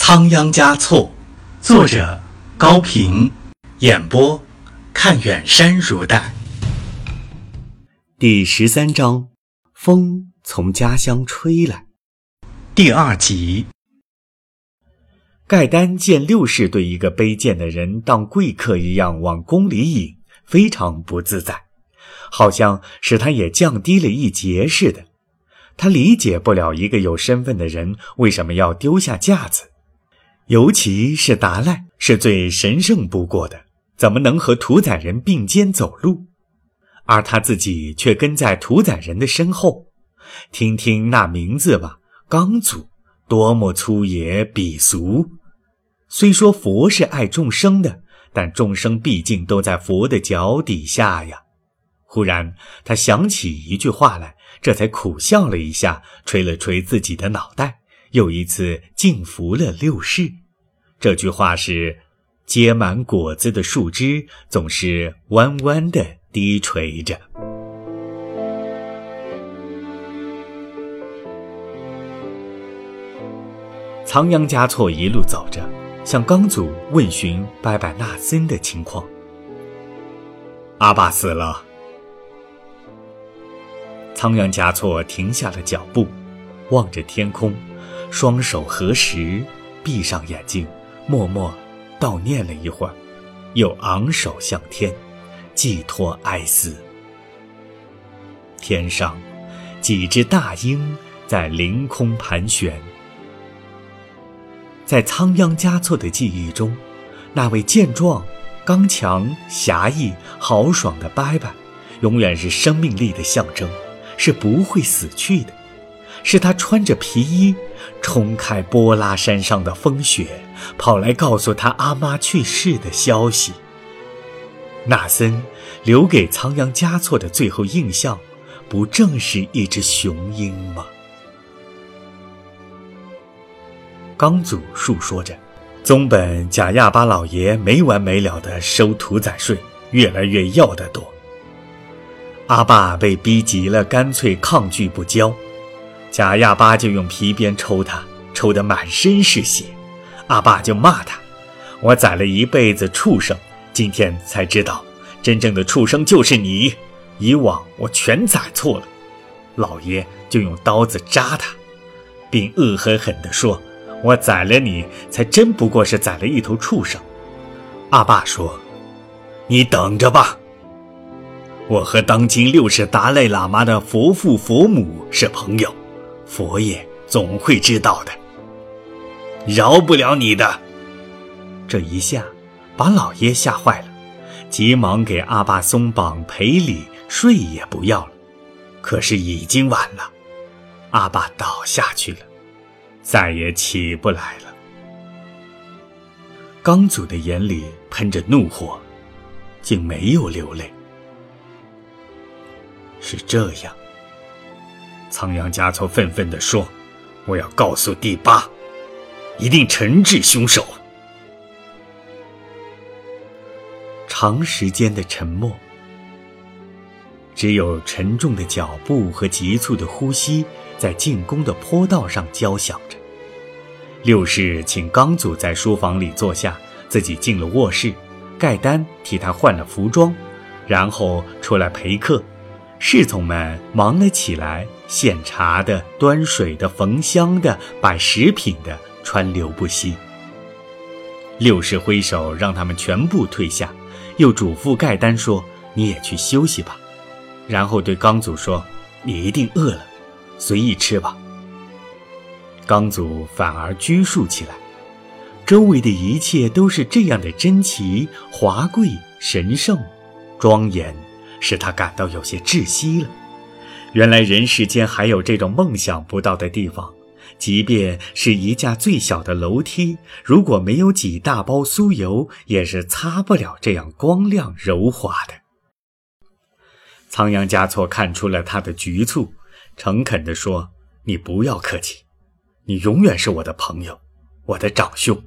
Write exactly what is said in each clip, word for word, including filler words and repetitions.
仓央嘉措，作者高平，演播看远山如黛。 第十三章，风从家乡吹来。 第二集。 盖丹见六世对一个卑贱的人当贵客一样往宫里引，非常不自在，好像使他也降低了一截似的。他理解不了一个有身份的人为什么要丢下架子，尤其是达赖是最神圣不过的，怎么能和屠宰人并肩走路？而他自己却跟在屠宰人的身后。听听那名字吧，刚祖，多么粗野鄙俗。虽说佛是爱众生的，但众生毕竟都在佛的脚底下呀。忽然他想起一句话来，这才苦笑了一下，捶了捶自己的脑袋，又一次敬服了六世。这句话是：结满果子的树枝总是弯弯地低垂着。仓央嘉措一路走着，向刚祖问询拜拜纳森的情况。阿爸死了。仓央嘉措停下了脚步，望着天空，双手合十，闭上眼睛，默默悼念了一会儿，又昂首向天，寄托哀思。天上几只大鹰在凌空盘旋。在仓央嘉措的记忆中，那位健壮、刚强、侠义、豪爽的伯伯，永远是生命力的象征，是不会死去的。是他穿着皮衣，冲开波拉山上的风雪，跑来告诉他阿妈去世的消息。纳森留给仓央嘉措的最后印象，不正是一只雄鹰吗？刚祖述说着，宗本贾亚巴老爷没完没了地收屠宰税，越来越要得多。阿爸被逼急了，干脆抗拒不交。贾亚巴就用皮鞭抽他，抽得满身是血。阿爸就骂他：我宰了一辈子畜生，今天才知道真正的畜生就是你，以往我全宰错了。老爷就用刀子扎他，并恶狠狠地说：我宰了你，才真不过是宰了一头畜生。阿爸说：你等着吧，我和当今六世达赖喇嘛的佛父佛母是朋友，佛爷总会知道的，饶不了你的。这一下把老爷吓坏了，急忙给阿爸松绑赔礼，税也不要了。可是已经晚了，阿爸倒下去了，再也起不来了。刚祖的眼里喷着怒火，竟没有流泪。是这样，仓央嘉措愤愤地说：我要告诉第八，一定惩治凶手。长时间的沉默，只有沉重的脚步和急促的呼吸在进宫的坡道上交响着。六世请刚祖在书房里坐下，自己进了卧室，盖丹替他换了服装，然后出来陪客。侍从们忙了起来，献茶的、端水的、焚香的、摆食品的，川流不息。六世挥手让他们全部退下，又嘱咐盖丹说：你也去休息吧。然后对刚祖说：你一定饿了，随意吃吧。刚祖反而拘束起来，周围的一切都是这样的珍奇、华贵、神圣、庄严，使他感到有些窒息了。原来人世间还有这种梦想不到的地方，即便是一架最小的楼梯，如果没有几大包酥油，也是擦不了这样光亮柔滑的。仓央嘉措看出了他的局促，诚恳地说：你不要客气，你永远是我的朋友，我的长兄。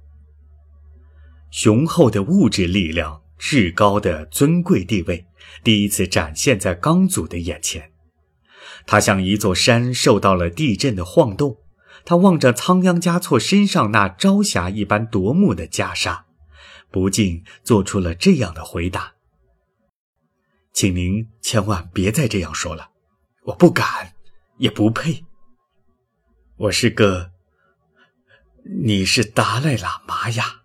雄厚的物质力量，至高的尊贵地位，第一次展现在刚祖的眼前。它像一座山受到了地震的晃动， 他望着仓央嘉措身上那朝霞一般夺目的袈裟，不禁做出了这样的回答：请您千万别再这样说了，我不敢，也不配。我是个……你是达赖喇嘛呀。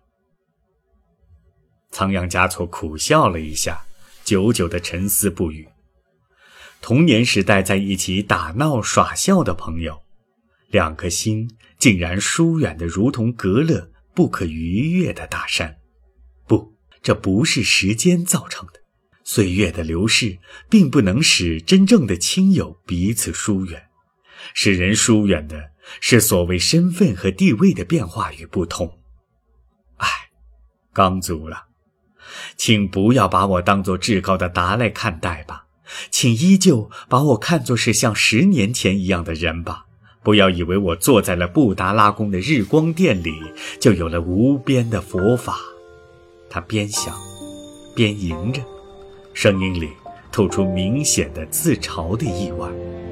仓央嘉措苦笑了一下，久久地沉思不语。童年时代在一起打闹耍笑的朋友，两颗心竟然疏远得如同隔了不可逾越的大山。不，这不是时间造成的。岁月的流逝并不能使真正的亲友彼此疏远，使人疏远的是所谓身份和地位的变化与不同。唉，刚族了，请不要把我当作至高的达赖看待吧，请依旧把我看作是像十年前一样的人吧，不要以为我坐在了布达拉宫的日光殿里就有了无边的佛法。他边想边吟着，声音里透出明显的自嘲的意味。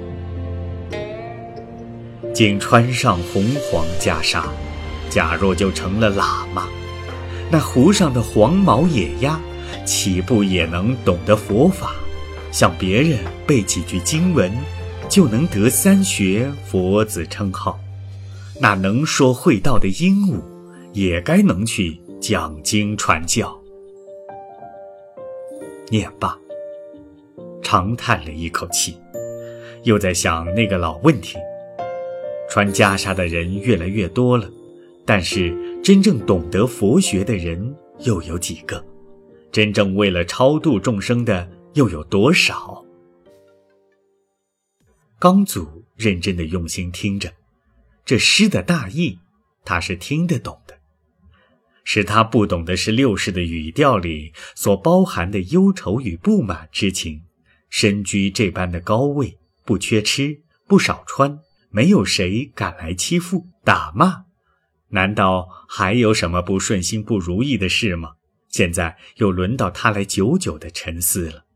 竟穿上红黄袈裟，假若就成了喇嘛，那湖上的黄毛野鸭岂不也能懂得佛法，向别人背几句经文就能得三学佛子称号？那能说会道的鹦鹉也该能去讲经传教。念罢，长叹了一口气，又在想那个老问题：穿袈裟的人越来越多了，但是真正懂得佛学的人又有几个？真正为了超度众生的又有多少？刚祖认真地用心听着，这诗的大意他是听得懂的。使他不懂的是六世的语调里所包含的忧愁与不满之情。身居这般的高位，不缺吃，不少穿，没有谁敢来欺负打骂，难道还有什么不顺心不如意的事吗？现在又轮到他来久久的沉思了。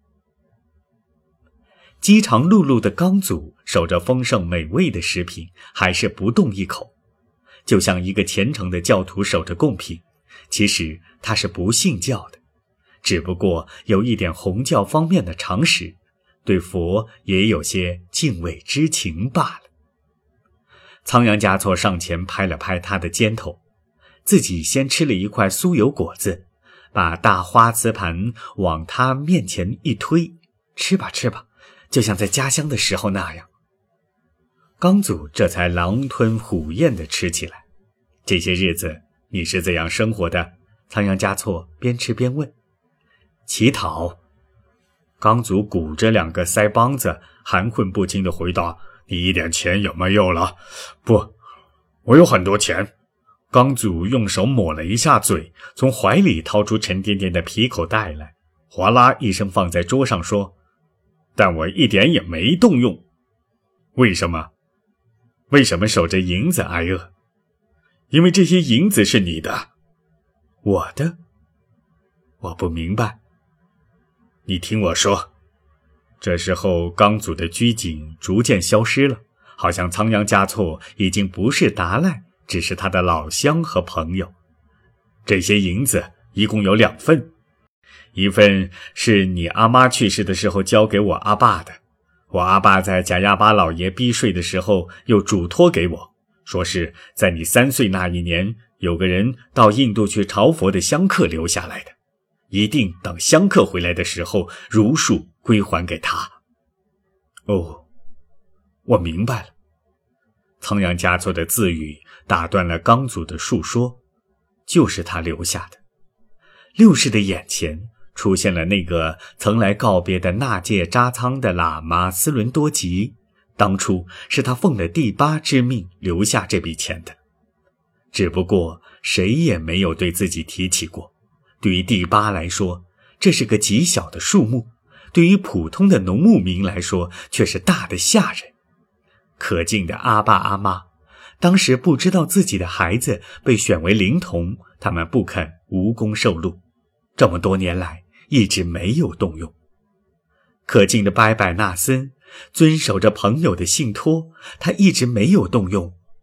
饥肠辘辘的刚祖守着丰盛美味的食品，还是不动一口，就像一个虔诚的教徒守着贡品。其实他是不信教的，只不过有一点弘教方面的常识，对佛也有些敬畏之情罢了。仓央嘉措上前拍了拍他的肩头，自己先吃了一块酥油果子，把大花瓷盘往他面前一推：吃吧吃吧，就像在家乡的时候那样。刚祖这才狼吞虎咽地吃起来。这些日子你是怎样生活的？仓央嘉措边吃边问。乞讨。刚祖鼓着两个腮帮子，含混不清地回答：你一点钱有没有了？不，我有很多钱。刚祖用手抹了一下嘴，从怀里掏出沉甸甸的皮口袋来，哗啦一声放在桌上说：但我一点也没动用。为什么？为什么守着银子挨饿？因为这些银子是你的。我的？我不明白。你听我说。这时候刚祖的拘谨逐渐消失了，好像仓央嘉措已经不是达赖，只是他的老乡和朋友。这些银子一共有两份，一份是你阿妈去世的时候交给我阿爸的，我阿爸在贾亚巴老爷逼睡的时候又嘱托给我，说是在你三岁那一年，有个人到印度去朝佛的香客留下来的，一定等香客回来的时候如数归还给他。哦，我明白了。仓央嘉措的自语打断了刚祖的述说，就是他留下的。六世的眼前出现了那个曾来告别的纳戒扎仓的喇嘛斯伦多吉，当初是他奉了第八之命留下这笔钱的，只不过谁也没有对自己提起过。对于第八来说，这是个极小的数目，对于普通的农牧民来说却是大的吓人。可敬的阿爸阿妈当时不知道自己的孩子被选为灵童，他们不肯无功受禄，这么多年来一直没有动用。可敬的拜拜纳森遵守着朋友的信托，他一直没有动用，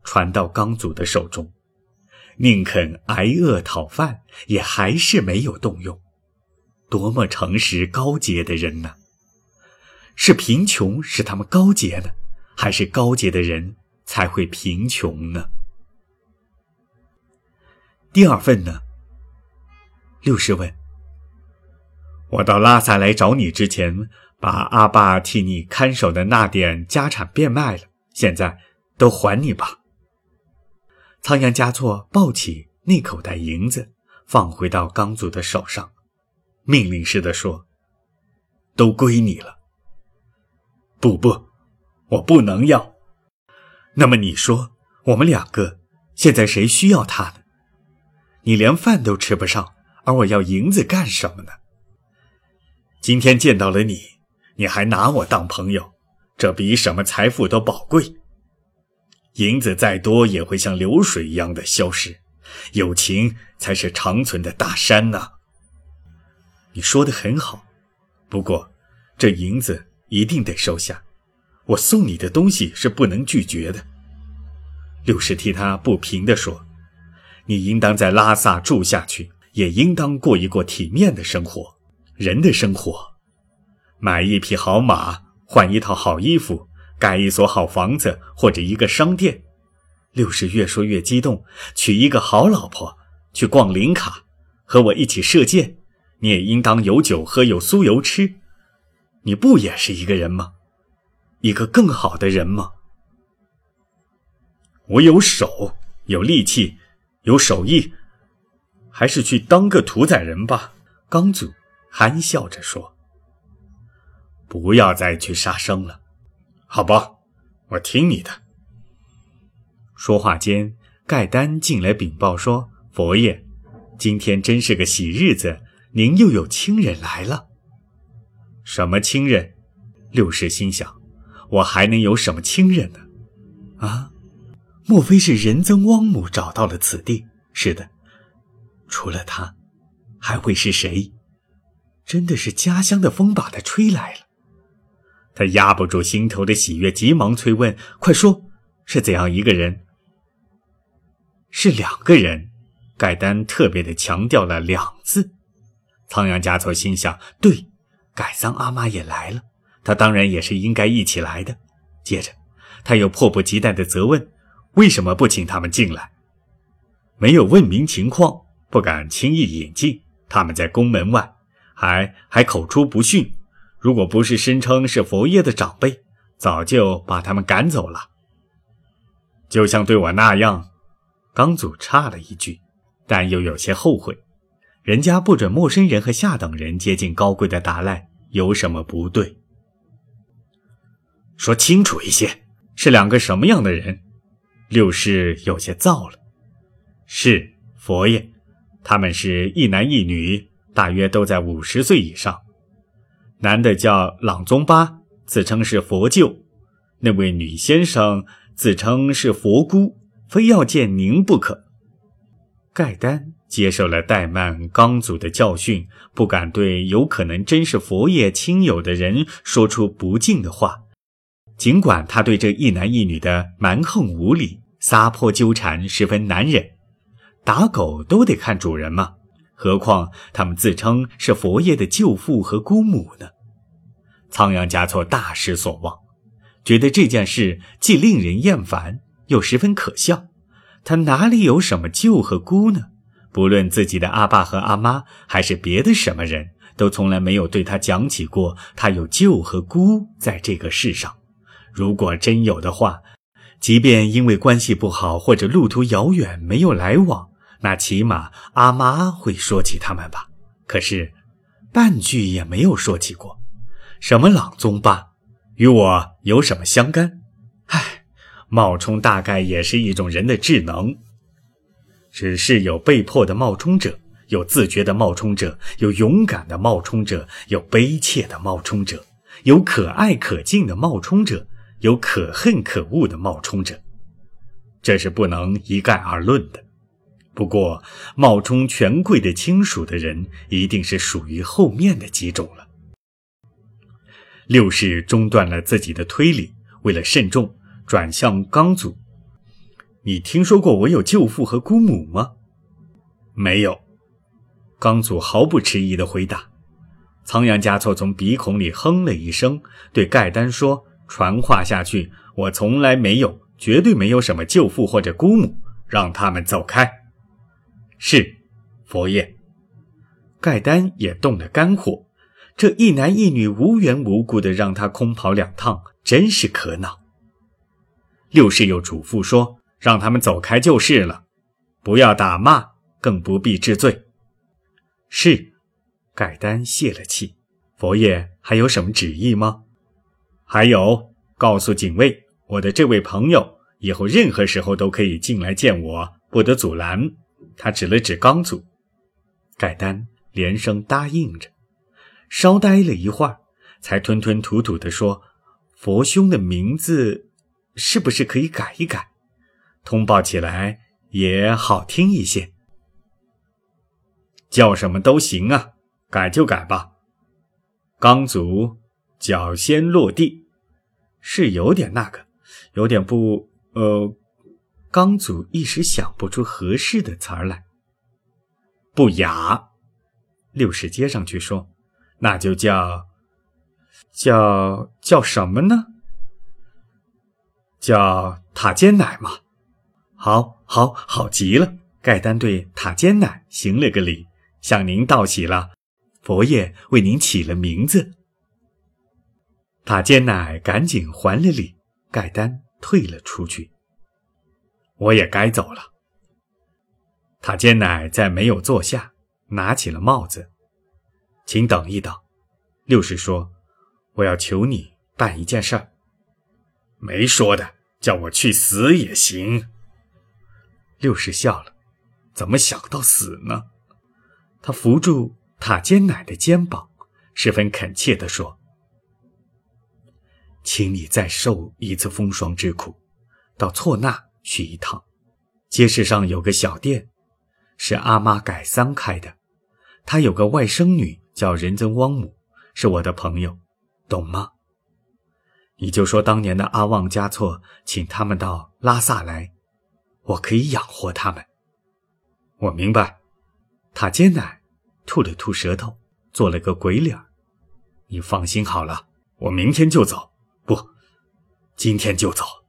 传到刚祖的手中，宁肯挨饿讨饭，也还是没有动用。多么诚实高洁的人呢？是贫穷使他们高洁呢，还是高洁的人才会贫穷呢？第二份呢？六世问，我到拉萨来找你之前，把阿爸替你看守的那点家产变卖了，现在都还你吧。仓央嘉措抱起那口袋银子，放回到刚祖的手上，命令似的说，都归你了。不不，我不能要。那么你说，我们两个现在谁需要他呢？你连饭都吃不上，而我要银子干什么呢？今天见到了你，你还拿我当朋友，这比什么财富都宝贵。银子再多也会像流水一样的消失，友情才是长存的大山呐。你说得很好，不过这银子一定得收下，我送你的东西是不能拒绝的。六世替他不平地说，你应当在拉萨住下去，也应当过一过体面的生活。人的生活，买一匹好马，换一套好衣服，盖一所好房子，或者一个商店。六世越说越激动，娶一个好老婆，去逛林卡，和我一起射箭，你也应当有酒喝，有酥油吃。你不也是一个人吗？一个更好的人吗？我有手，有力气，有手艺，还是去当个屠宰人吧。刚祖含笑着说，不要再去杀生了。好吧，我听你的。说话间，盖丹进来禀报说，佛爷，今天真是个喜日子，您又有亲人来了。什么亲人？六世心想，我还能有什么亲人呢？啊，莫非是仁增汪母找到了此地？是的，除了他，还会是谁？真的是家乡的风把他吹来了。他压不住心头的喜悦，急忙催问，快说，是怎样一个人？是两个人。盖丹特别的强调了两字。仓央嘉措心想，对，盖桑阿妈也来了，他当然也是应该一起来的。接着他又迫不及待地责问，为什么不请他们进来？没有问明情况，不敢轻易引进，他们在宫门外，还还口出不逊，如果不是声称是佛爷的长辈，早就把他们赶走了。就像对我那样。刚祖插了一句，但又有些后悔，人家不准陌生人和下等人接近高贵的达赖，有什么不对？说清楚一些，是两个什么样的人？六世有些燥了。是佛爷，他们是一男一女，大约都在五十岁以上。男的叫朗宗巴，自称是佛舅；那位女先生自称是佛姑，非要见您不可。盖丹接受了怠慢刚祖的教训，不敢对有可能真是佛爷亲友的人说出不敬的话，尽管他对这一男一女的蛮横无理、撒泼纠缠十分难忍。打狗都得看主人嘛，何况他们自称是佛爷的舅父和姑母呢？仓央嘉措大失所望，觉得这件事既令人厌烦，又十分可笑。他哪里有什么舅和姑呢？不论自己的阿爸和阿妈，还是别的什么人，都从来没有对他讲起过他有舅和姑在这个世上。如果真有的话，即便因为关系不好或者路途遥远没有来往，那起码阿妈会说起他们吧。可是半句也没有说起过。什么朗宗巴，与我有什么相干？唉，冒充大概也是一种人的智能。只是有被迫的冒充者，有自觉的冒充者，有勇敢的冒充者，有悲切的冒充者，有可爱可敬的冒充者，有可恨可恶的冒充者。这是不能一概而论的。不过冒充权贵的亲属的人一定是属于后面的几种了。六世中断了自己的推理，为了慎重，转向刚祖。 你听说过我有舅父和姑母吗？没有。刚祖毫不迟疑地回答。仓央嘉措从鼻孔里哼了一声，对盖丹说，传话下去，我从来没有，绝对没有什么舅父或者姑母，让他们走开。是，佛爷。盖丹也动了肝火，这一男一女无缘无故的让他空跑两趟，真是可恼。六世又嘱咐说，让他们走开就是了，不要打骂，更不必治罪。是，盖丹泄了气。佛爷还有什么旨意吗？还有，告诉警卫，我的这位朋友以后任何时候都可以进来见我，不得阻拦。他指了指刚祖。盖丹连声答应着，稍呆了一会儿，才吞吞吐吐地说，佛兄的名字是不是可以改一改，通报起来也好听一些。叫什么都行啊，改就改吧。刚祖脚先落地，是有点那个，有点不……呃，刚祖一时想不出合适的词儿来。不雅。六世接上去说，那就叫……叫……叫什么呢？叫塔尖奶嘛。好，好，好极了。盖丹对塔尖奶行了个礼，向您道喜了，佛爷为您起了名字。塔尖奶赶紧还了礼，盖丹退了出去。我也该走了。塔尖奶在没有坐下，拿起了帽子。请等一等。六世说，我要求你办一件事儿。没说的，叫我去死也行。六世笑了，怎么想到死呢？他扶住塔尖奶的肩膀，十分恳切地说，请你再受一次风霜之苦，到错那去一趟。街市上有个小店，是阿妈改桑开的，她有个外甥女叫仁增汪母，是我的朋友，懂吗？你就说当年的阿旺嘉措请他们到拉萨来，我可以养活他们。我明白。塔尖奶吐了吐舌头，做了个鬼脸。你放心好了，我明天就走，不，今天就走。